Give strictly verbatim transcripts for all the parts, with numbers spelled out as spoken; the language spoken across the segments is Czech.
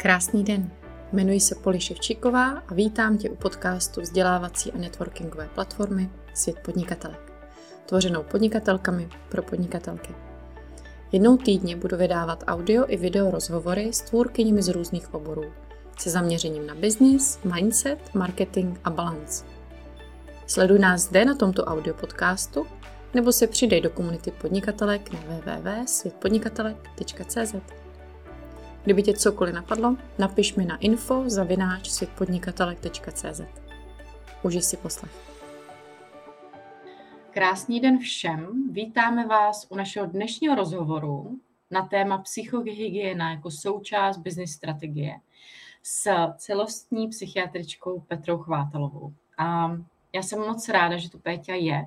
Krásný den, jmenuji se Poli Ševčíková a vítám tě u podcastu vzdělávací a networkingové platformy Svět podnikatelek, tvořenou podnikatelkami pro podnikatelky. Jednou týdně budu vydávat audio i video rozhovory s tvůrkyněmi z různých oborů, se zaměřením na business, mindset, marketing a balance. Sleduj nás zde na tomto audio podcastu nebo se přidej do komunity podnikatelek na w w w tečka svět podnikatelek tečka c z. Kdyby tě cokoliv napadlo, napiš mi na info zavináč svět podnikatelek tečka c z. Užij si poslech. Krásný den všem, vítáme vás u našeho dnešního rozhovoru na téma psychohygiena jako součást business strategie s celostní psychiatričkou Petrou Chvátalovou. A já jsem moc ráda, že tu Péťa je,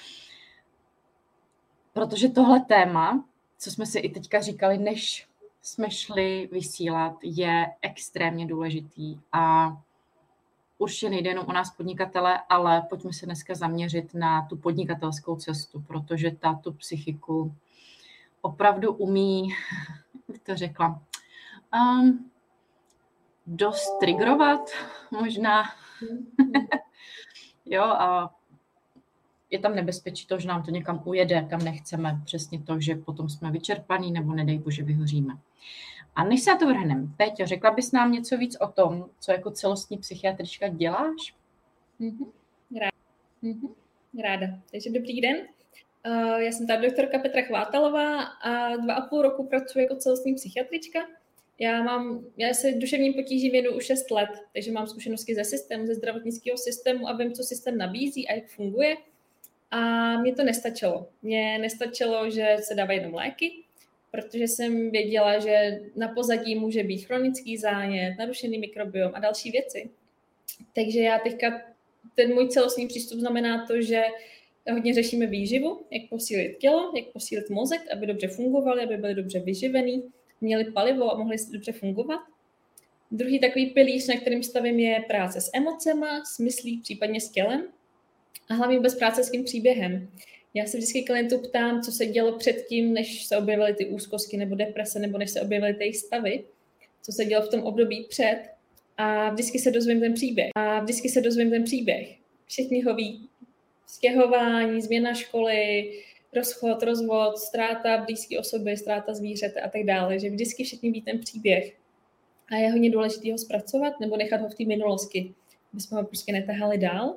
protože tohle téma, co jsme si i teďka říkali, než jsme šli vysílat, je extrémně důležitý a určitě nejde jenom o nás podnikatele, ale pojďme se dneska zaměřit na tu podnikatelskou cestu, protože ta tu psychiku opravdu umí, jak bych to řekla, um, dost triggerovat možná. Jo, a je tam nebezpečí to, že nám to někam ujede, kam nechceme, přesně to, že potom jsme vyčerpaní nebo nedej bože vyhoříme. A než se na to vrhneme, Péťo, řekla bys nám něco víc o tom, co jako celostní psychiatrička děláš? Mm-hmm. Ráda. Mm-hmm. Ráda. Takže dobrý den. Uh, já jsem tady doktorka Petra Chvátalová a dva a půl roku pracuji jako celostní psychiatrička. Já mám, já se duševním potížím věnuju už šest let, takže mám zkušenosti ze systému, ze zdravotnického systému a vím, co systém nabízí a jak funguje. A mně to nestačilo. Mně nestačilo, že se dávají jenom léky, protože jsem věděla, že na pozadí může být chronický zánět, narušený mikrobiom a další věci. Takže já teďka, ten můj celostní přístup znamená to, že hodně řešíme výživu, jak posílit tělo, jak posílit mozek, aby dobře fungovali, aby byli dobře vyživený, měli palivo a mohli dobře fungovat. Druhý takový pilíř, na kterým stavím, je práce s emocema, s myslí, případně s tělem. A hlavně bez práce s tím příběhem. Já se vždycky klientů ptám, co se dělo předtím, než se objevily ty úzkosti nebo deprese, nebo než se objevily ty stavy, co se dělo v tom období před. A vždycky se dozvím ten příběh. A vždycky se dozvím ten příběh. Všichni ho ví. Stěhování, změna školy, rozchod, rozvod, ztráta blízké osoby, ztráta zvířete a tak dále. Že vždycky všichni ví ten příběh. A je hodně důležité ho zpracovat nebo nechat ho v té minulosti, aby jsme ho prostě netahali dál.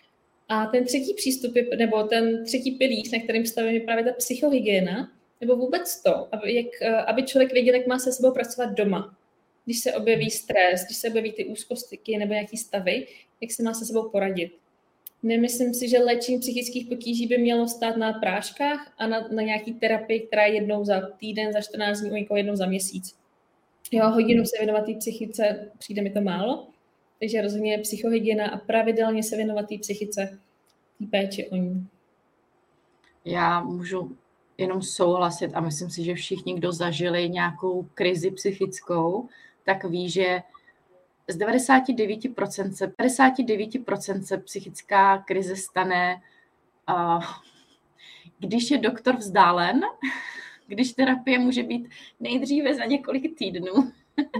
A ten třetí přístup, je, nebo ten třetí pilíř, na kterým stavím, je právě ta psychohygiena, nebo vůbec to, aby, jak, aby člověk věděl, jak má se sebou pracovat doma. Když se objeví stres, když se objeví ty úzkosti nebo nějaký stavy, jak se má se sebou poradit. Nemyslím si, že léčení psychických potíží by mělo stát na práškách a na, na nějaký terapii, která je jednou za týden, za čtrnáct dní, u někoho jednou za měsíc. Jo, hodinu se věnovat té psychice, přijde mi to málo. Takže rozhodně psychohygiena a pravidelně se věnovat té psychice, té péči o ní. Já můžu jenom souhlasit a myslím si, že všichni, kdo zažili nějakou krizi psychickou, tak ví, že z devadesát devět procent, padesát devět procent se psychická krize stane, uh, když je doktor vzdálen, když terapie může být nejdříve za několik týdnů.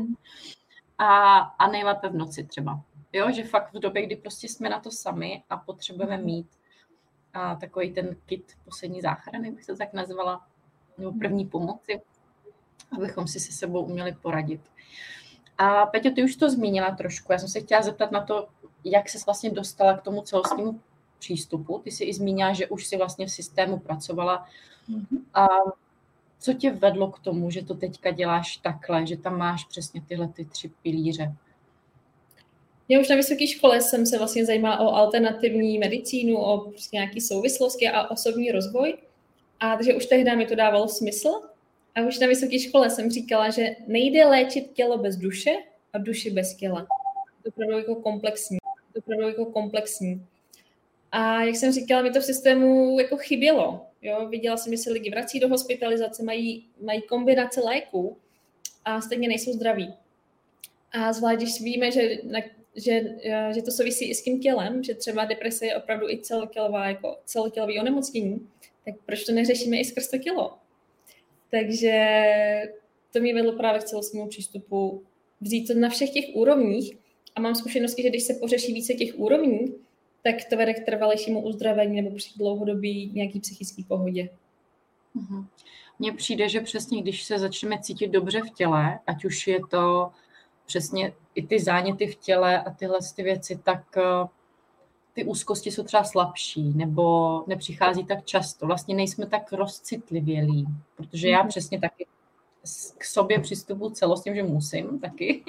A, a nejlépe v noci třeba. Jo, že fakt v době, kdy prostě jsme na to sami a potřebujeme mít a, takový ten kit poslední záchrany, bych to tak nazvala, nebo první pomoci, abychom si se sebou uměli poradit. A Peťo, ty už to zmínila trošku. Já jsem se chtěla zeptat na to, jak ses vlastně dostala k tomu celostnímu přístupu. Ty jsi i zmínila, že už si vlastně v systému pracovala. Mm-hmm. A co tě vedlo k tomu, že to teďka děláš takhle, že tam máš přesně tyhle ty tři pilíře? Já už na vysoké škole jsem se vlastně zajímala o alternativní medicínu, o prostě nějaké souvislosti a osobní rozvoj. A takže už tehdy mi to dávalo smysl. A už na vysoké škole jsem říkala, že nejde léčit tělo bez duše a duši bez těla. To je opravdu jako komplexní. To je opravdu jako komplexní. A jak jsem říkala, mi to v systému jako chybělo. Jo, viděla jsem, že se lidi vrací do hospitalizace, mají, mají kombinace léků a stejně nejsou zdraví. A zvlášť, když víme, že, že, že to souvisí i s tím tělem, že třeba deprese je opravdu i celotělová, jako celotělový onemocnění, tak proč to neřešíme i skrz to tělo? Takže to mě vedlo právě k celostnímu přístupu vzít to na všech těch úrovních a mám zkušenosti, že když se pořeší více těch úrovní, tak to vede k trvalejšímu uzdravení nebo při dlouhodobí nějaký psychický pohodě. Mhm. Mně přijde, že přesně když se začneme cítit dobře v těle, ať už je to přesně i ty záněty v těle a tyhle ty věci, tak ty úzkosti jsou třeba slabší nebo nepřichází tak často. Vlastně nejsme tak rozcitlivělí, protože já přesně taky k sobě přistupuji celostně, že musím taky.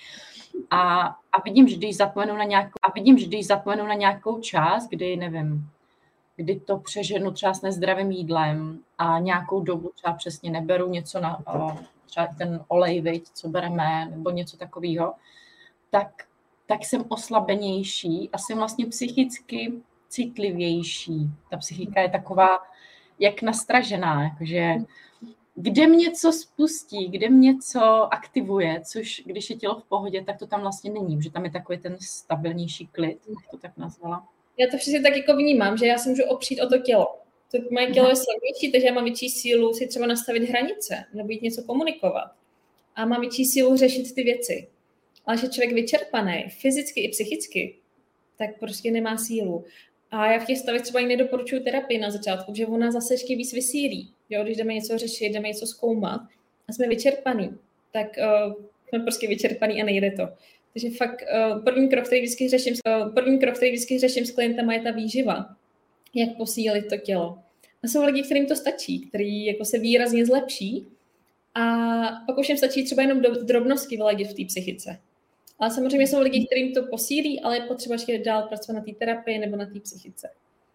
A, a vidím, že když zapomenu na nějakou, a vidím, že když zapomenu na nějakou část, kdy, nevím, kdy to přeženu třeba s nezdravým jídlem a nějakou dobu třeba přesně neberu něco na třeba ten olej, viď, co bereme, nebo něco takového, tak, tak jsem oslabenější a jsem vlastně psychicky citlivější. Ta psychika je taková, jak nastražená, jakože kde mě co spustí, kde mě co aktivuje, což když je tělo v pohodě, tak to tam vlastně není, že tam je takový ten stabilnější klid, jak to tak nazvala. Já to přesně tak jako vnímám, že já se můžu opřít o to tělo. To moje tělo je slabější, takže já mám větší sílu si třeba nastavit hranice nebo jít něco komunikovat. A mám větší sílu řešit ty věci. Ale že člověk vyčerpaný, fyzicky i psychicky, tak prostě nemá sílu. A já v těch stavech třeba i nedoporučuji terapii na začátku, že ona zase ještě víc vysílí. Jo, když jdeme něco řešit, jdeme něco zkoumat a jsme vyčerpaný, tak uh, jsme prostě vyčerpaný a nejde to. Takže fakt uh, první krok, který vždycky řeším, uh, první krok, který vždycky řeším s klientem, je ta výživa. Jak posílit to tělo. A jsou lidi, kterým to stačí, který jako se výrazně zlepší a pak už jim stačí třeba jenom do drobnosti vyladit v té psychice. Ale samozřejmě jsou lidi, kterým to posílí, ale je potřeba ještě dál pracovat na té terapii nebo na té psychice.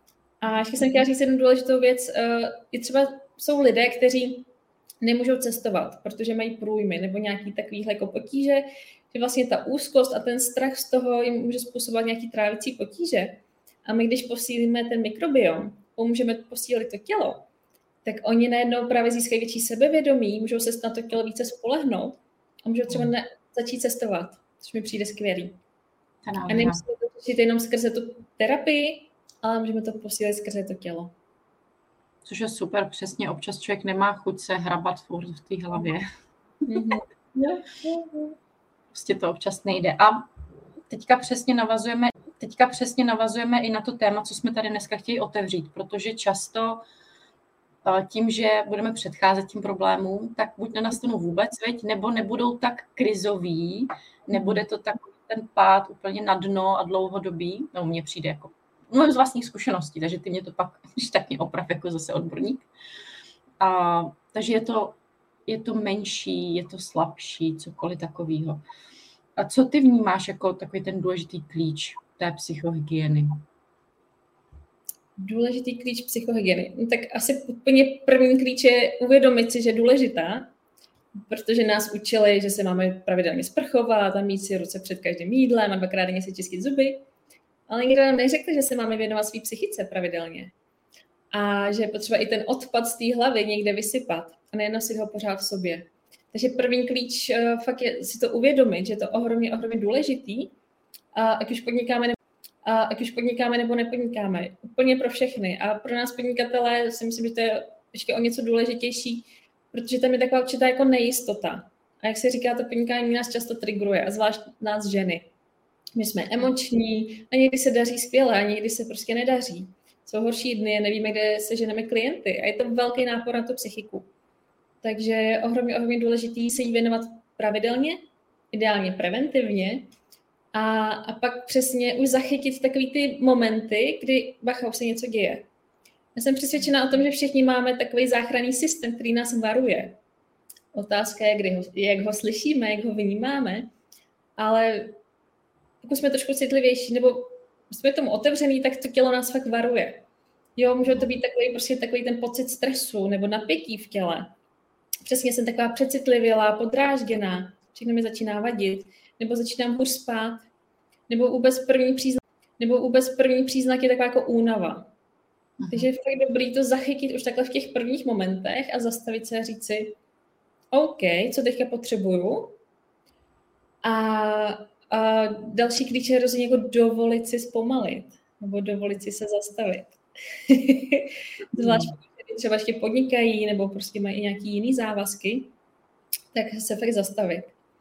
A ještě jsem chtěla říct jednu důležitou věc. Je třeba, jsou lidé, kteří nemůžou cestovat, protože mají průjmy nebo nějaký takovýhle jako potíže, že vlastně ta úzkost a ten strach z toho jim může způsobovat nějaký trávicí potíže. A my, když posílíme ten mikrobiom, pomůžeme posílit to tělo, tak oni najednou právě získají větší sebevědomí, můžou se na to tělo více spolehnout a můžou třeba ne, začít cestovat, což mi přijde skvělý. A nemusíme to řešit jenom skrze tu terapii, ale můžeme to posílit skrze to tělo. Což je super, přesně občas člověk nemá chuť se hrabat furt v té hlavě. Mm-hmm. Prostě to občas nejde. A teďka přesně navazujeme, teďka přesně navazujeme i na to téma, co jsme tady dneska chtěli otevřít, protože často tím, že budeme předcházet tím problémům, tak buď nenastanou vůbec, veď, nebo nebudou tak krizový, nebude to takový ten pád úplně na dno a dlouhodobý, no mně přijde jako, mluvím z vlastních zkušeností, takže ty mě to pak, když tak mě oprav jako zase odborník. A, takže je to, je to menší, je to slabší, cokoliv takového. A co ty vnímáš jako takový ten důležitý klíč té psychohygieny? Důležitý klíč psychohygieny. No, tak asi úplně první klíč je uvědomit si, že je důležitá, protože nás učili, že se máme pravidelně sprchovat a mít si ruce před každým jídlem a dvakrát denně si čistit zuby. Ale nikdo nám neřekl, že se máme věnovat svý psychice pravidelně. A že je potřeba i ten odpad z té hlavy někde vysypat a nenosit ho pořád v sobě. Takže první klíč uh, fakt je si to uvědomit, že je to ohromně, ohromně důležitý. A ať už podnikáme nebo, a ať už podnikáme nebo nepodnikáme. Úplně pro všechny. A pro nás podnikatele si myslím, že to je ještě o něco důležitější, protože tam je taková určitá jako nejistota. A jak se říká, to podnikání nás často triggeruje, a zvlášť nás ženy. My jsme emoční a někdy se daří skvěle a někdy se prostě nedaří. Jsou horší dny, nevíme, kde seženeme klienty a je to velký nápor na tu psychiku. Takže je ohromně, ohromně důležitý se jí věnovat pravidelně, ideálně preventivně a, a pak přesně už zachytit takový ty momenty, kdy bacha, už se něco děje. Já jsem přesvědčena o tom, že všichni máme takový záchranný systém, který nás varuje. Otázka je, kdy ho, jak ho slyšíme, jak ho vnímáme, ale pokud jsme trošku citlivější, nebo jsme tomu otevřený, tak to tělo nás fakt varuje. Jo, může to být takový, prostě takový ten pocit stresu nebo napětí v těle. Přesně jsem taková přecitlivělá, podrážděná, všechno mi začíná vadit, nebo začínám hůř spát, nebo vůbec první příznak, nebo vůbec první příznak je taková jako únava. Aha. Takže je fakt dobrý to zachytit už takhle v těch prvních momentech a zastavit se a říct si, OK, co teďka potřebuju? A, a další klíč je rozhodně jako dovolit si zpomalit, nebo dovolit si se zastavit. Zvlášť třeba ještě podnikají, nebo prostě mají nějaký jiný závazky, tak se fakt zastavit.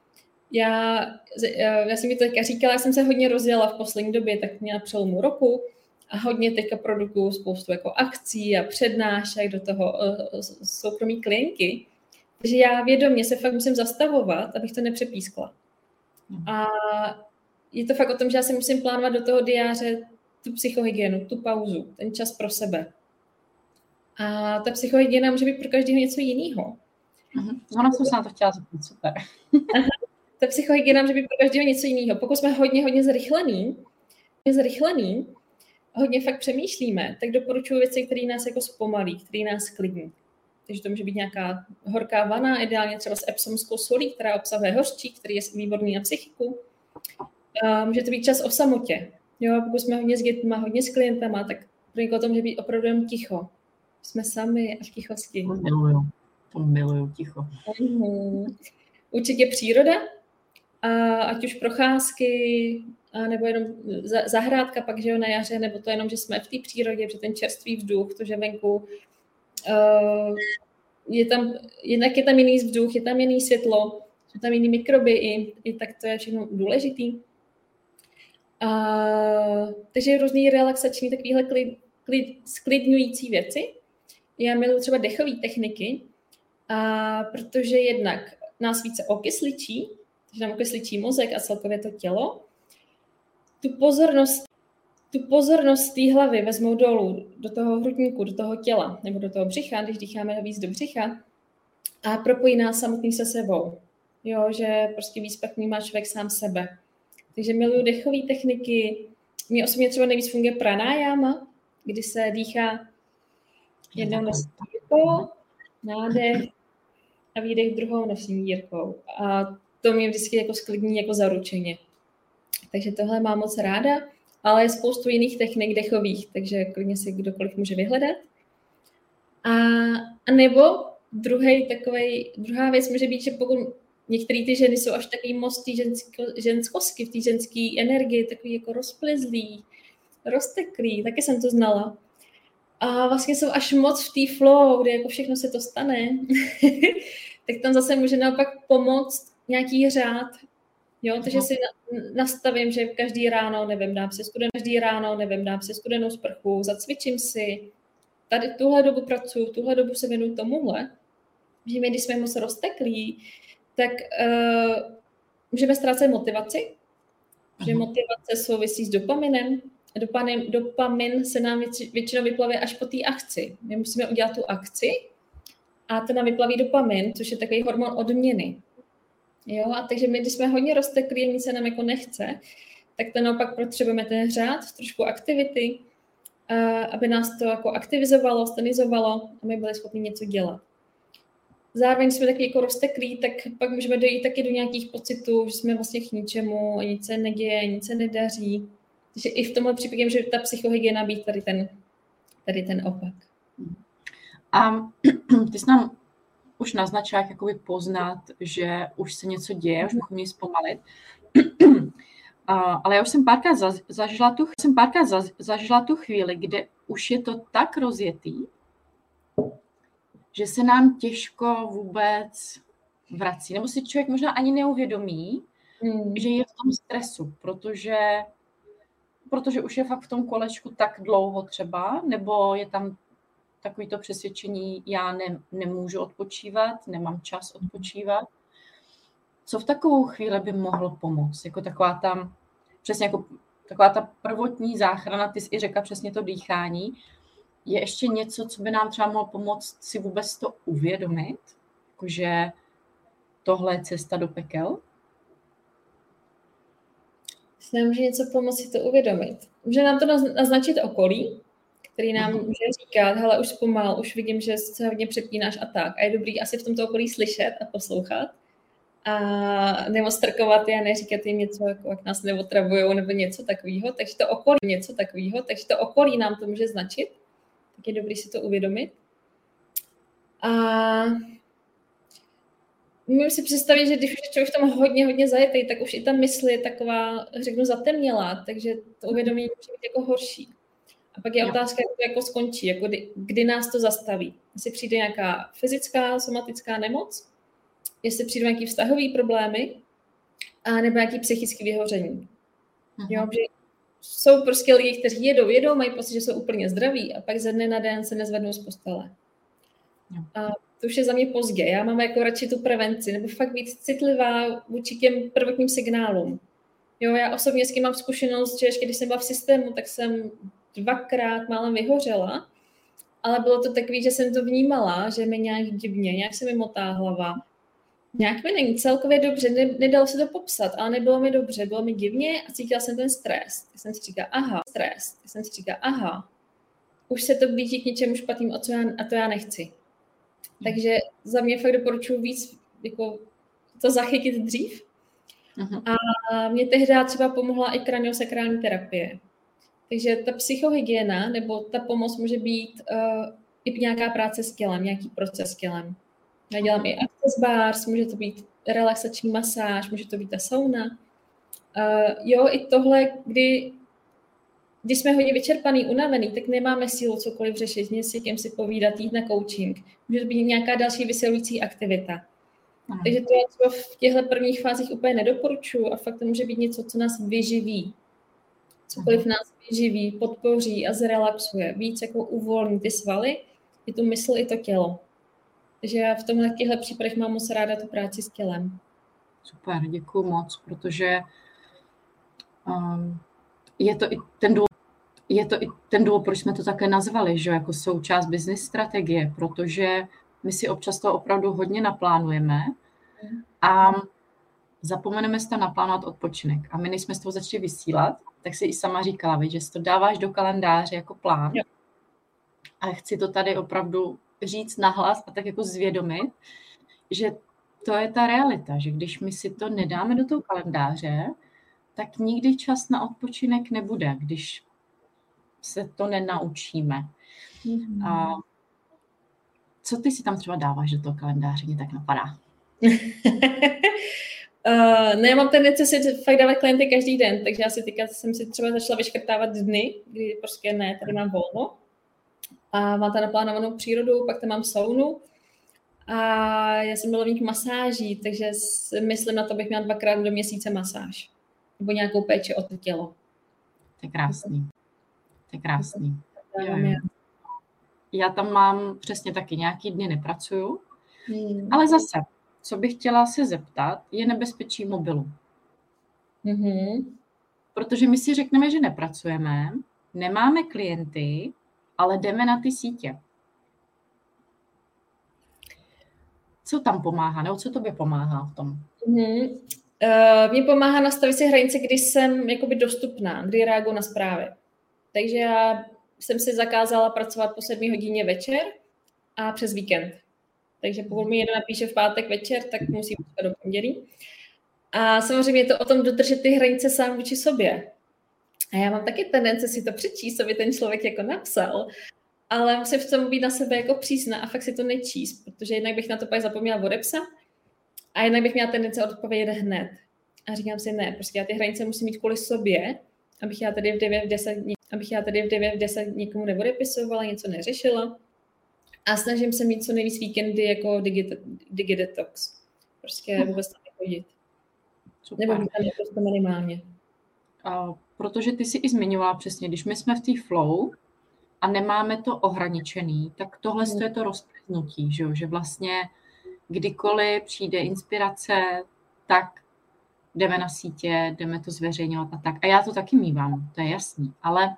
Já, já jsem mi to teďka říkala, já jsem se hodně rozjela v poslední době, tak mě na přelomu roku a hodně teďka produkuju spoustu jako akcí a přednášek do toho uh, soukromí klientky. Takže já vědomě se fakt musím zastavovat, abych to nepřepískla. A je to fakt o tom, že já si musím plánovat do toho diáře tu psychohygienu, tu pauzu, ten čas pro sebe. A ta psychohygiena může být pro každého něco jiného. Uh-huh. Ona jsem se na to chtěla zeptat, super. Ta psychohygiena může být pro každého něco jiného. Pokud jsme hodně, hodně zrychlený, hodně zrychlený, hodně fakt přemýšlíme, tak doporučuji věci, které nás jako zpomalí, které nás klidní. Takže to může být nějaká horká vana, ideálně třeba s epsomskou solí, která obsahuje hořčík, který je výborný na psychiku. A může to být čas o samotě. Jo, pokud jsme hodně s dětma, hodně s klientama, tak pro někoho to může být opravdu jen ticho. Jsme sami a v tichosti. To miluju, to miluju ticho. Uhum. Určitě příroda, a ať už procházky, a nebo jenom zahrádka pak, že jo, na jaře, nebo to jenom, že jsme v té přírodě, že ten čerstvý vzduch, to, že venku uh, je tam, jednak je tam jiný vzduch, je tam jiný světlo, jsou tam jiný mikroby i, i tak to je všechno důležitý. Uh, takže různý relaxační, takovýhle klid, klid, sklidňující věci. Já miluji třeba dechové techniky, a protože jednak nás více okysličí, takže nám okysličí mozek a celkově to tělo. Tu pozornost, tu pozornost té hlavy vezmou dolů do toho hrudníku, do toho těla nebo do toho břicha, když dýcháme víc do břicha a propojí nás samotný se sebou. Jo, že prostě víc pak vnímá člověk sám sebe. Takže miluju dechové techniky. Mně osobně třeba nejvíc funguje pranayama, kdy se dýchá jednou nosní dírkou, nádech a výdech druhou nosní dírkou. A to mě vždycky jako sklidní jako zaručeně. Takže tohle mám moc ráda, ale je spoustu jiných technik dechových, takže klidně si kdokoliv může vyhledat. A, a nebo druhý takovej, druhá věc může být, že pokud některé ty ženy jsou až takový moc tý žensko, ženskosky v té ženské energii, takový jako rozplizlý, rozteklý, taky jsem to znala. A vlastně jsou až moc v té flow, kde jako všechno se to stane, tak tam zase může naopak pomoct nějaký řád. Jo, takže si nastavím, že každý ráno, nevím, dám si studenou, každý ráno, nevím, dám si studenou sprchu, zacvičím si, tady tuhle dobu pracuji, tuhle dobu se věnuju tomuhle. Že my, když jsme moc rozteklí, tak uh, můžeme ztrácet motivaci, že motivace souvisí s dopaminem. Dopamin, dopamin se nám většinou vyplaví až po té akci. My musíme udělat tu akci a to nám vyplaví dopamin, což je takový hormon odměny. Jo, a takže my, když jsme hodně rozteklí a nic se nám jako nechce, tak to naopak potřebujeme ten řád, trošku aktivity, aby nás to jako aktivizovalo, stanizovalo a my byli schopni něco dělat. Zároveň jsme taky jako rozteklí, tak pak můžeme dojít taky do nějakých pocitů, že jsme vlastně k ničemu, nic se neděje, nic se nedaří. Takže i v tomhle případě, že ta psychohygiena být tady ten, tady ten opak. A ty jsi nám už naznačila, jak jakoby poznat, že už se něco děje, už bychom měli zpomalit. Ale já už jsem párkrát zažila tu, jsem párkrát zažila tu chvíli, kde už je to tak rozjetý, že se nám těžko vůbec vrací. Nebo si člověk možná ani neuvědomí, mm. že je v tom stresu, protože, protože už je fakt v tom kolečku tak dlouho třeba, nebo je tam takovýto přesvědčení, já ne, nemůžu odpočívat, nemám čas odpočívat. Co v takovou chvíli by mohlo pomoct? Jako taková tam, přesně jako taková ta prvotní záchrana, ty jsi i řekla přesně to dýchání. Je ještě něco, co by nám třeba mohlo pomoct si vůbec to uvědomit, jakože tohle je cesta do pekel? Jestli nám může něco pomoct si to uvědomit. Může nám to naznačit okolí, který nám může říkat, hele, už zpomal, už vidím, že se hodně přepínáš a tak. A je dobrý asi v tomto okolí slyšet a poslouchat. A nebo strkovat je a neříkat jim něco, jako jak nás neotravujou, nebo něco takového. Takže to okolí něco takového, takže to okolí nám to může značit. Tak je dobrý si to uvědomit. A můžu si představit, že když už je člověk tam hodně, hodně zajetý, tak už i ta mysl je taková, řeknu, zatemnělá, takže to uvědomění může být jako horší. A pak je otázka, jak to jako skončí, jako kdy, kdy nás to zastaví. Jestli přijde nějaká fyzická, somatická nemoc, jestli přijde nějaký vztahový problémy, a nebo nějaký psychický vyhoření. Mhm. Jo, že jsou prostě lidi, kteří jedou, jedou, mají pocit, že jsou úplně zdraví a pak ze dne na den se nezvednou z postele. Jo. A to už je za mě pozdě. Já mám jako radši tu prevenci, nebo fakt víc citlivá vůči těm prvotním signálům. Jo, já osobně s tím mám zkušenost, že ještě když jsem byla v systému, tak jsem dvakrát málem vyhořela, ale bylo to takový, že jsem to vnímala, že mi nějak divně, nějak se mi motá hlava. Nějak mi není celkově dobře, ne, nedalo se to popsat, ale nebylo mi dobře, bylo mi divně a cítila jsem ten stres. Tak jsem si říkala, aha, stres. Tak jsem si říkala, aha, už se to blíží k něčemu špatnému a, co já, a to já nechci. Takže za mě fakt doporučuji víc jako to zachytit dřív. Uh-huh. A mě tehdy třeba pomohla i kraniosakrální terapie. Takže ta psychohygiena nebo ta pomoc může být uh, i nějaká práce s tělem, nějaký proces s tělem. Já dělám i access bars, může to být relaxační masáž, může to být ta sauna. Uh, jo, i tohle, kdy, když jsme hodně vyčerpaný, unavený, tak nemáme sílu cokoliv řešit, s někým si povídat, jít na coaching. Může to být nějaká další vysilující aktivita. Hmm. Takže to já třeba v těchto prvních fázích úplně nedoporučuji a fakt to může být něco, co nás vyživí. Cokoliv hmm. nás vyživí, podpoří a zrelaxuje. Víc jako uvolní ty svaly, i tu mysl, i to tělo. Takže já v tomhle těchto případech mám moc ráda tu práci s tělem. Super, děkuju moc, protože um, je to i ten důvod, je to i ten důvod, proč jsme to také nazvali, že jako součást business strategie, protože my si občas to opravdu hodně naplánujeme a zapomeneme si to naplánovat odpočinek. A my, než jsme z toho začali vysílat, tak si i sama říkala, víš, že si to dáváš do kalendáře jako plán. Jo. A chci to tady opravdu říct nahlas a tak jako zvědomit, že to je ta realita, že když my si to nedáme do toho kalendáře, tak nikdy čas na odpočinek nebude, když se to nenaučíme. Mm-hmm. A co ty si tam třeba dáváš do toho kalendáře, mě tak napadá? uh, ne, já mám tendenci si fakt dávat klienty každý den, takže já si teďka jsem si třeba začala vyškrtávat dny, kdy prostě ne, tady mám volno. A mám tam naplánovanou přírodu, pak tam mám saunu a já jsem milovník masáží, takže myslím na to, bych měla dvakrát do měsíce masáž. Nebo nějakou péči o to tělo. To je krásný. To je krásný. Jo, jo. Já tam mám přesně taky nějaký dny nepracuju, hmm. ale zase, co bych chtěla se zeptat, je nebezpečí mobilu. Mm-hmm. Protože my si řekneme, že nepracujeme, nemáme klienty, ale jdeme na ty sítě. Co tam pomáhá, nebo co tobě pomáhá v tom? Mm-hmm. Uh, mně pomáhá nastavit si hranice, kdy jsem jakoby dostupná, kdy reaguju na zprávy. Takže já jsem si zakázala pracovat po sedmé hodině večer a přes víkend. Takže pokud mi někdo napíše v pátek večer, tak musí být do pondělí. A samozřejmě je to o tom dodržet ty hranice sám vůči sobě. A já mám taky tendence si to přečíst, co by ten člověk jako napsal, ale musím v tom být na sebe jako přísná a fakt si to nečíst, protože jednak bych na to pak zapomněla odepsat a jednak bych měla tendence odpovědět hned. A říkám si, ne, prostě já ty hranice musím mít kvůli sobě, abych já tady v devět deset, abych já tady v devět deset nikomu neodepisovala, něco neřešila. A snažím se mít co nejvíc víkendy jako digi, digi detox. Prostě vůbec tam nechodit. Nebo tam prostě minimálně. Uh, protože ty si i zmiňovala přesně, když my jsme v té flow a nemáme to ohraničený, tak tohle hmm. je to rozplyznutí, že, že vlastně kdykoliv přijde inspirace, tak jdeme na sítě, jdeme to zveřejňovat a tak. A já to taky mívám, to je jasný, ale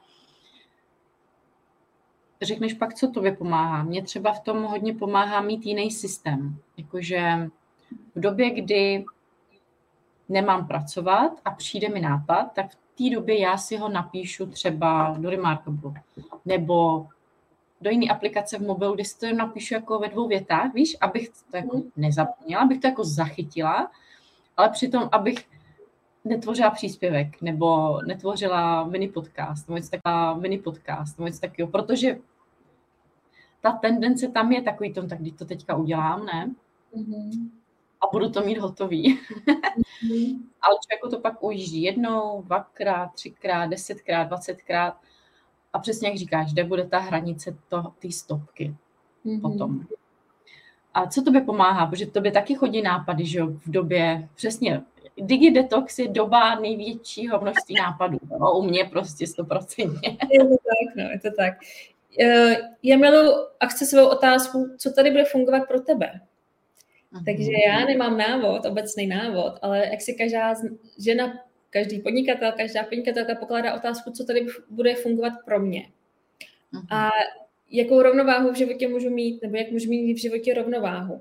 řekneš pak, co tobě pomáhá. Mně třeba v tom hodně pomáhá mít jiný systém. Jakože v době, kdy nemám pracovat a přijde mi nápad, tak v té době já si ho napíšu třeba do Remarkable nebo do jiné aplikace v mobilu, kde si to napíšu jako ve dvou větách, víš, abych to jako nezapomněla, abych to jako zachytila, ale přitom, abych netvořila příspěvek nebo netvořila mini podcast, nebo něco taková mini podcast, nebo něco takového, protože ta tendence tam je takový tom, tak když to teďka udělám, ne? Mm-hmm. A budu to mít hotový. Mm-hmm. Ale člověku to pak ujíždí jednou, dvakrát, třikrát, desetkrát, dvacetkrát a přesně jak říkáš, kde bude ta hranice té stopky mm-hmm. potom. A co tobě pomáhá? Protože tobě taky chodí nápady, že jo, v době, přesně, digidetox je doba největšího množství nápadů. No, u mě prostě stoprocentně. Je to tak, no, je to tak. Já miluji akcesovou otázku, co tady bude fungovat pro tebe. Uh-huh. Takže já nemám návod, obecný návod, ale jak si každá žena, každý podnikatel, každá podnikatelka pokládá otázku, co tady bude fungovat pro mě. Uh-huh. A jakou rovnováhu v životě můžu mít, nebo jak můžu mít v životě rovnováhu.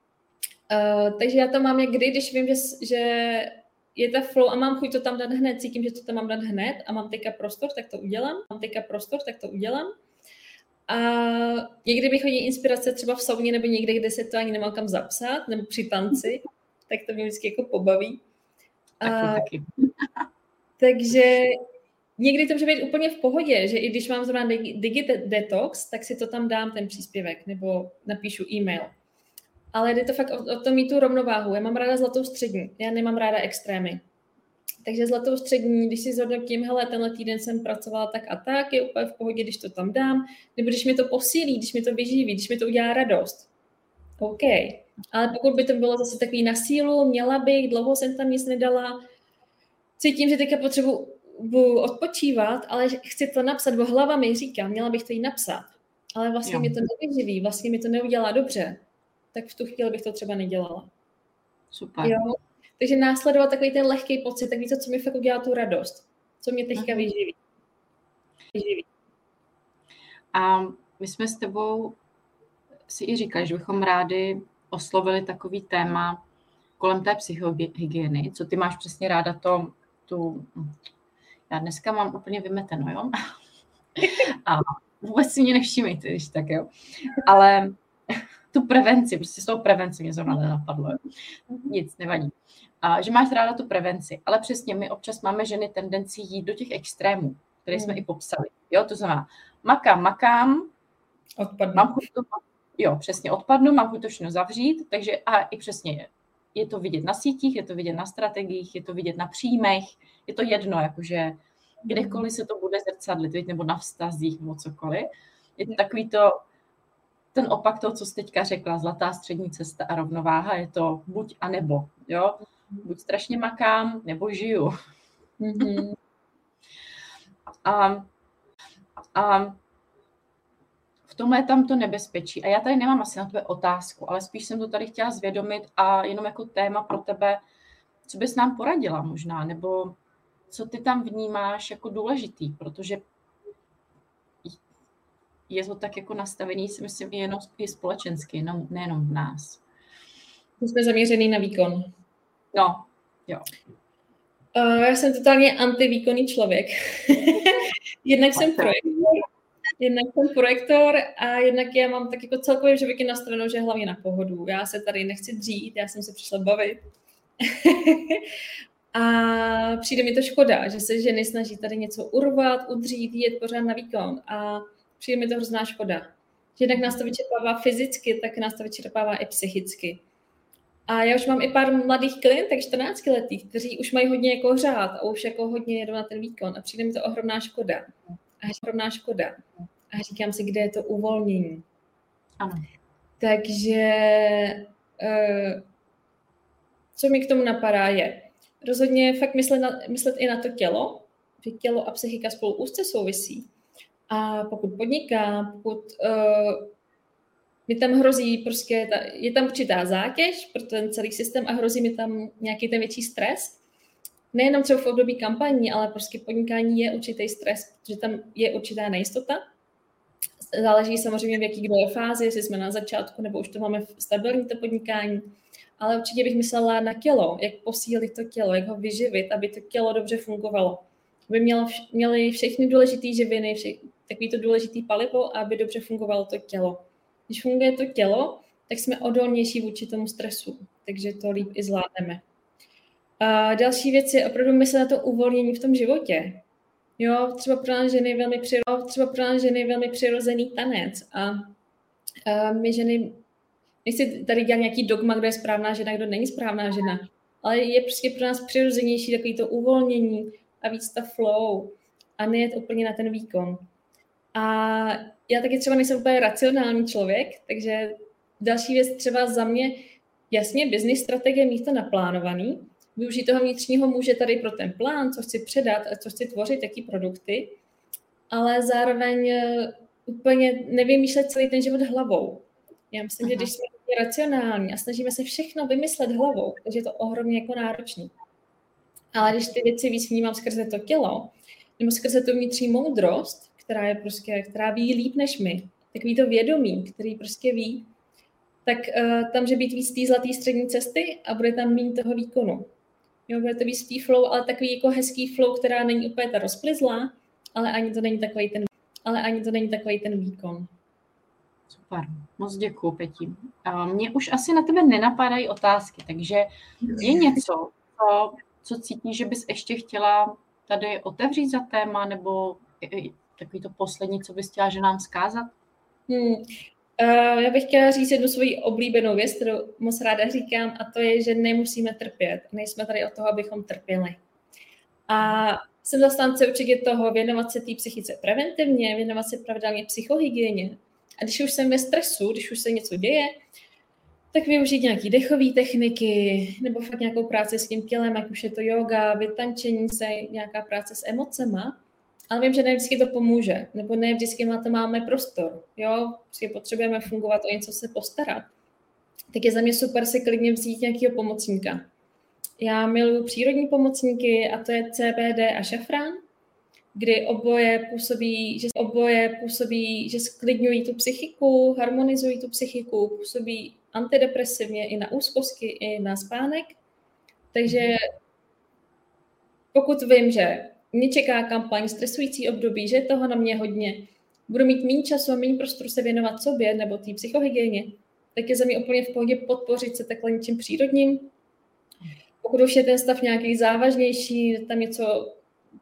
Uh, takže já to mám jak kdy, když vím, že, že je ta flow a mám chuť to tam dát hned, cítím, že to tam mám dát hned a mám teďka prostor, tak to udělám. Mám teďka prostor, tak to udělám. A někdy mi chodí inspirace třeba v sauně nebo někde, kde se to ani nemám kam zapsat, nebo při tanci, tak to mě vždycky jako pobaví. A, taky. Takže někdy to může být úplně v pohodě, že i když mám zrovna digidetox, tak si to tam dám, ten příspěvek, nebo napíšu e-mail. Ale jde to fakt o, o to mít tu rovnováhu. Já mám ráda zlatou střední, já nemám ráda extrémy. Takže zlatou střední, když si zhodnotím, hele, tenhle týden jsem pracovala tak a tak, je úplně v pohodě, když to tam dám, nebo když mi to posílí, když mi to vyživí, když mi to udělá radost. OK. Ale pokud by to bylo zase takový na sílu, měla bych, dlouho jsem tam nic nedala, cítím, že teďka potřebuji odpočívat, ale chci to napsat, bo hlava mi říká, měla bych to jí napsat, ale vlastně jo. mi to nevyživí, vlastně mi to neudělá dobře, tak v tu chvíli bych to třeba nedělala. Super. Jo? Takže následovat takový ten lehký pocit, tak víte, co mi fakt udělá tu radost, co mě teďka vyživí. vyživí. A my jsme s tebou si i říkali, že bychom rádi oslovili takový téma kolem té psychohygieny. Co ty máš přesně ráda to, tu... Já dneska mám úplně vymeteno, jo? A vůbec si mě nevšímejte, když tak, jo? Ale tu prevenci, prostě s tou prevenci mě zrovna nenapadlo, jo? Nic, nevadí. A že máš ráda tu prevenci, ale přesně my občas máme ženy tendenci jít do těch extrémů, které jsme mm. i popsali. Jo, to znamená, makám, makám, odpadnu. Mám chuť to, jo, přesně odpadnu, mám chuť to všechno zavřít, takže a i přesně je. Je to vidět na sítích, je to vidět na strategiích, je to vidět na příjmech, je to jedno, jakože kdekoliv se to bude zrcadlit, nebo na vztazích, nebo cokoliv. Je to takový to, ten opak toho, co jsi teďka řekla, zlatá střední cesta a rovnováha, je to buď a nebo, jo. Buď strašně makám, nebo žiju. Mm-hmm. a, a v tomhle je tam to nebezpečí. A já tady nemám asi na tebe otázku, ale spíš jsem to tady chtěla zvědomit a jenom jako téma pro tebe, co bys nám poradila možná, nebo co ty tam vnímáš jako důležitý, protože je to tak jako nastavený, si myslím, i jenom i společensky, jenom, nejenom v nás. My jsme zaměřený na výkon. No, jo. Uh, já jsem totálně antivýkonný člověk. Jednak jsem projektor, jednak jsem projektor a jednak já mám tak jako celkově v životě nastavenou, že hlavně na pohodu. Já se tady nechci dřít, já jsem se přišla bavit. A přijde mi to škoda, že se ženy snaží tady něco urvat, udřít, jet pořád na výkon a přijde mi to hrozná škoda. Že jednak nás to vyčerpává fyzicky, tak nás to vyčerpává i psychicky. A já už mám i pár mladých klientek, čtrnáctiletých, kteří už mají hodně jako řád a už jako hodně jedou na ten výkon a přijde mi to ohromná škoda. A ohromná škoda. A říkám si, kde je to uvolnění. Ano. Takže uh, co mi k tomu napadá je, rozhodně fakt myslet, na, myslet i na to tělo, že tělo a psychika spolu úzce souvisí. A pokud podniká, pokud uh, mi tam hrozí, prostě ta, je tam určitá zátěž pro ten celý systém a hrozí mi tam nějaký ten větší stres. Nejenom třeba v období kampaní, ale prostě podnikání je určitý stres, protože tam je určitá nejistota. Záleží samozřejmě, v jaký kdo je fázi, jestli jsme na začátku, nebo už to máme stabilní to podnikání. Ale určitě bych myslela na tělo, jak posílit to tělo, jak ho vyživit, aby to tělo dobře fungovalo. Aby mělo, měly všechny důležité živiny, vše, takový to důležitý palivo, aby dobře fungovalo to tělo. Když funguje to tělo, tak jsme odolnější vůči tomu stresu, takže to líp i zvládneme. A další věc je opravdu myslet na to uvolnění v tom životě. Jo, třeba pro nás ženy velmi, přiro, třeba pro nás ženy velmi přirozený tanec a, a my ženy, nechci tady dělat nějaký dogma, kdo je správná žena, kdo není správná žena, ale je prostě pro nás přirozenější takový to uvolnění a víc ta flow a nejet úplně na ten výkon. A já taky třeba nejsem úplně racionální člověk, takže další věc třeba za mě, jasně, business strategie mít to naplánovaný, využít toho vnitřního muže tady pro ten plán, co chci předat a co chci tvořit, jaký produkty, ale zároveň úplně nevymýšlet celý ten život hlavou. Já myslím, Aha. že když jsme racionální a snažíme se všechno vymyslet hlavou, takže je to ohromně jako náročný. Ale když ty věci víc vnímám skrze to tělo, nebo skrze tu vnitřní moudrost, která je prostě, která ví líp než my, takový to vědomí, který prostě ví, tak uh, tam může být víc té zlaté střední cesty a bude tam méně toho výkonu. Jo, bude to víc tý flow, ale takový jako hezký flow, která není úplně ta rozplizlá, ale ani to není takový ten, ale ani to není takový ten výkon. Super, moc děkuju, Peti. Mně už asi na tebe nenapadají otázky, takže je něco, co, co cítíš, že bys ještě chtěla tady otevřít za téma, nebo takový to poslední, co bys chtěla, že nám vzkázat? Hmm. Uh, já bych chtěla říct jednu svoji oblíbenou věc, kterou moc ráda říkám, a to je, že nemusíme trpět. Nejsme tady od toho, abychom trpěli. A jsem zastánce určitě toho věnovat se té psychice preventivně, věnovat se pravidelně psychohygieně. A když už jsem ve stresu, když už se něco děje, tak využít nějaké dechové techniky, nebo fakt nějakou práci s tím tělem, ať už je to yoga, vytančení se, nějaká práce s emocema. Ale vím, že ne vždycky to pomůže, nebo ne vždycky na to máme prostor. Jo, prostě potřebujeme fungovat, o něco se postarat. Tak je za mě super si klidně vzít nějakého pomocníka. Já miluji přírodní pomocníky a to je C B D a šafrán, kdy oboje působí, že oboje působí, že sklidňují tu psychiku, harmonizují tu psychiku, působí antidepresivně i na úzkosti, i na spánek. Takže pokud vím, že mě čeká kampaň, stresující období, že je toho na mě hodně, budu mít méně času a méně prostoru se věnovat sobě nebo té psychohygieně, tak je za mě úplně v pohodě podpořit se takhle něčím přírodním. Pokud už je ten stav nějaký závažnější, tam něco,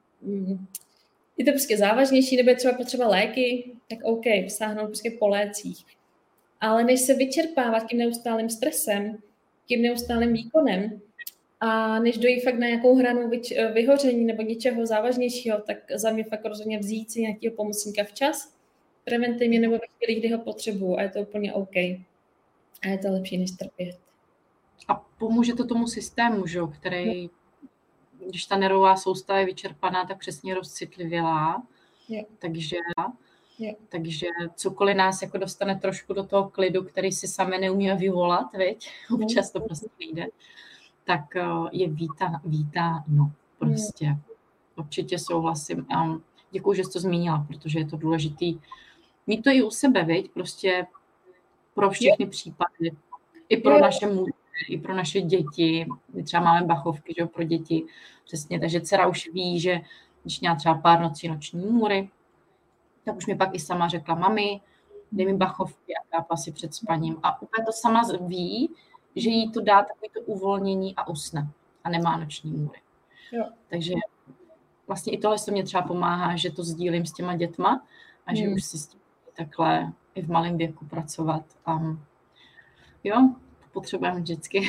je to prostě závažnější, nebo je třeba potřeba léky, tak OK, sáhnout prostě po lécích. Ale než se vyčerpávat tím neustálým stresem, tím neustálým výkonem, a než dojít fakt na nějakou hranu vyhoření nebo něčeho závažnějšího, tak za mě fakt rozhodně vzít si nějakého pomocníka včas, preventivně nebo ve chvíli, kdy ho potřebuju, a je to úplně OK. A je to lepší, než trpět. A pomůže to tomu systému, že? Který, no. Když ta nervová soustava je vyčerpaná, tak přesně rozcitlivělá. Jo. Takže, jo. takže cokoliv nás jako dostane trošku do toho klidu, který si sami neumíme vyvolat, viď? Občas to prostě nejde. Tak je vítá, vítáno prostě. Hmm. Určitě souhlasím. A děkuju, že jsi to zmínila, protože je to důležitý. Mít to i u sebe, viď? Prostě pro všechny je. Případy. I pro je. Naše muže, i pro naše děti. My třeba máme bachovky, že jo, pro děti. Přesně, takže dcera už ví, že když měla třeba pár nocí noční můry, tak už mi pak i sama řekla, mami, dej mi bachovky a kápa si před spaním. A úplně to sama ví, že jí to dá takové to uvolnění a usne. A nemá noční můry. Jo. Takže vlastně i tohle se mě třeba pomáhá, že to sdílím s těma dětma a že hmm. už si s tím takhle i v malém věku pracovat. A jo, to potřebujeme vždycky.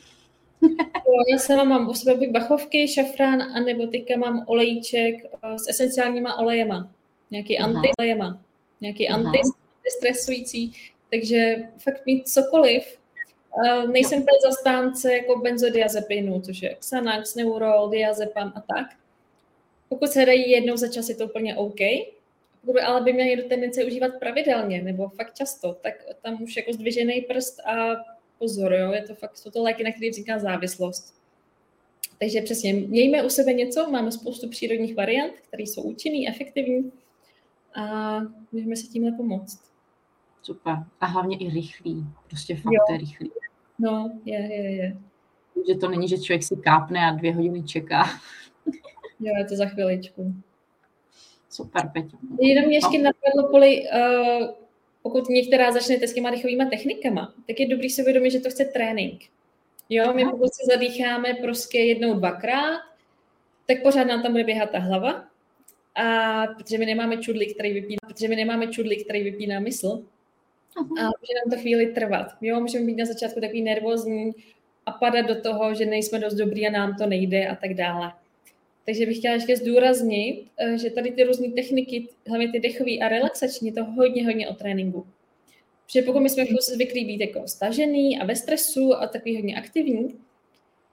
Jo, já sama mám u sebe bachovky, šafrán, anebo teďka mám olejček s esenciálníma olejema. Nějaký anti-olejema. Nějaký antistresující. Takže fakt mít cokoliv. Uh, nejsem tady zastánce jako benzodiazepinu, což je Xanax, Neurol, diazepam a tak. Pokud se dají jednou za čas, je to úplně OK. Pokud ale by měl někdo tendence užívat pravidelně nebo fakt často, tak tam už jako zdvižený prst a pozor, jo, je to fakt, jsou to léky, na které vzniká závislost. Takže přesně, mějme u sebe něco, máme spoustu přírodních variant, které jsou účinný, efektivní a můžeme se tímhle pomoct. Super. A hlavně i rychlý. Prostě fakt jo. je rychlý. No, je, je, je. Že to není, že člověk si kápne a dvě hodiny čeká. Jo, je to za chviličku. Super, Peťo. Jenom mě ještě napadlo, Poli, uh, pokud některá začnete s těma rychlýma technikama, tak je dobrý si uvědomit, že to chce trénink. Jo, my pokud si zadýcháme prostě jednou, dvakrát, tak pořád nám tam bude běhat ta hlava. A protože my nemáme čudlík, který vypíná, protože my nemáme čudlík, který vypíná mysl. Uh-huh. A může nám to chvíli trvat. Jo, můžeme být na začátku takový nervózní a padat do toho, že nejsme dost dobrý a nám to nejde a tak dále. Takže bych chtěla ještě zdůraznit, že tady ty různé techniky, hlavně ty dechové a relaxační, to hodně, hodně o tréninku. Protože pokud my jsme zvyklí být jako stažený a ve stresu a takový hodně aktivní,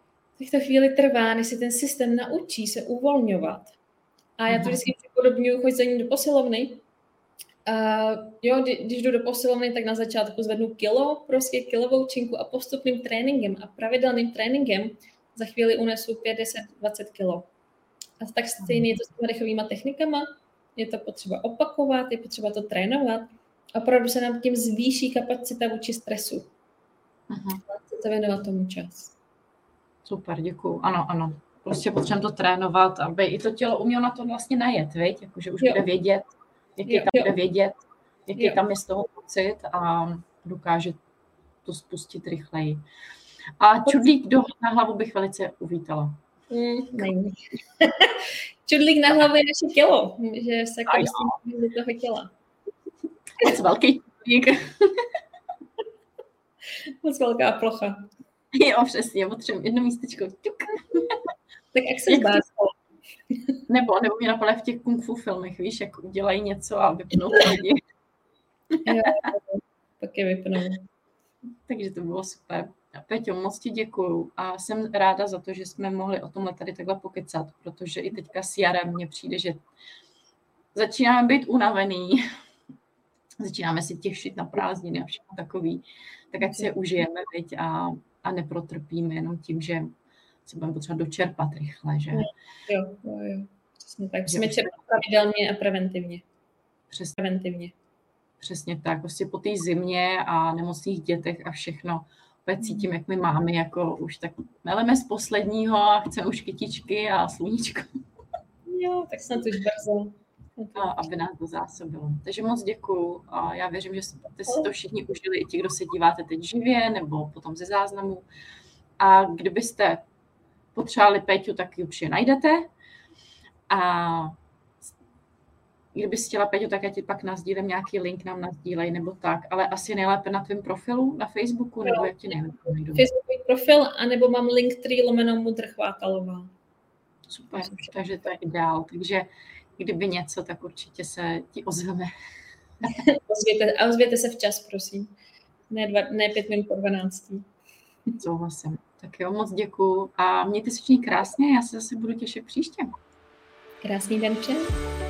jak to chvíli trvá, než si ten systém naučí se uvolňovat. A já to vždycky připodobňuji, choď za ním do posilovny. Uh, jo, kdy, když jdu do posilovny, tak na začátku zvednu kilo, prostě kilovou činku a postupným tréninkem a pravidelným tréninkem za chvíli unesu pět, deset, dvacet kilo. A tak stejně je to s těmi dechovými technikama, je to potřeba opakovat, je potřeba to trénovat a opravdu se nám tím zvýší kapacita vůči stresu. Aha. Chcete věnovat tomu čas. Super, děkuju. Ano, ano. Prostě potřebujeme to trénovat, aby i to tělo umělo na to vlastně najet, viď? Jakože už jo. bude vědět, jaký jo, tam jo. bude vědět, jaký jo. tam je z toho pocit a dokáže to spustit rychleji. A čudlík do, na hlavu bych velice uvítala. Mm, není. Čudlík na hlavu je naše tělo, že se kousím do toho těla. Moc velký čudlík. Moc velká plocha. Jo, přesně, potřebuji jedno místečko. Tak jak se zdá? Nebo, nebo mě napadá v těch kung fu filmech, víš, jak udělají něco a vypnou lidi. Jo, tak je vypnou. Takže to bylo super. Peťo, moc ti děkuju a jsem ráda za to, že jsme mohli o tomhle tady takhle pokecat, protože i teďka s jarem mně přijde, že začínáme být unavený, začínáme si těšit na prázdniny a všechno takový, tak ať si je užijeme, viď, a, a neprotrpíme jenom tím, že se budeme potřebovat dočerpat rychle, že? Jo, jo, jo. Přesně tak. Musíme čerpat pravidelně a preventivně. Přesně. Preventivně. Přesně tak. Prostě po té zimě a nemocných dětech a všechno opět cítím, jak my máme, jako už tak meleme z posledního a chceme už kytičky a sluníčko. Jo, tak snad už brzo. A aby nás to zásobilo. Takže moc děkuju a já věřím, že jste si to všichni užili, i ti, kdo se díváte teď živě nebo potom ze záznamu. A kdybyste potřebovali Péťu, tak ji určitě najdete. A kdybys chtěla, Péťu, tak já ti pak nasdílím nějaký link, nám nasdílej nebo tak, ale asi nejlépe na tvém profilu na Facebooku, nebo jak ti nejlépe najdu? Facebookový profil, anebo mám link, který lomeno Mudr Chvátalová. Super, takže to je ideál. Takže kdyby něco, tak určitě se ti ozveme. Ozvěte, a ozvěte se včas, prosím. Ne, dva, ne pět minut po dvanáctý. Souhlasím. Tak jo, moc děkuju a mějte se všichni krásně, já se zase budu těšit příště. Krásný den všem.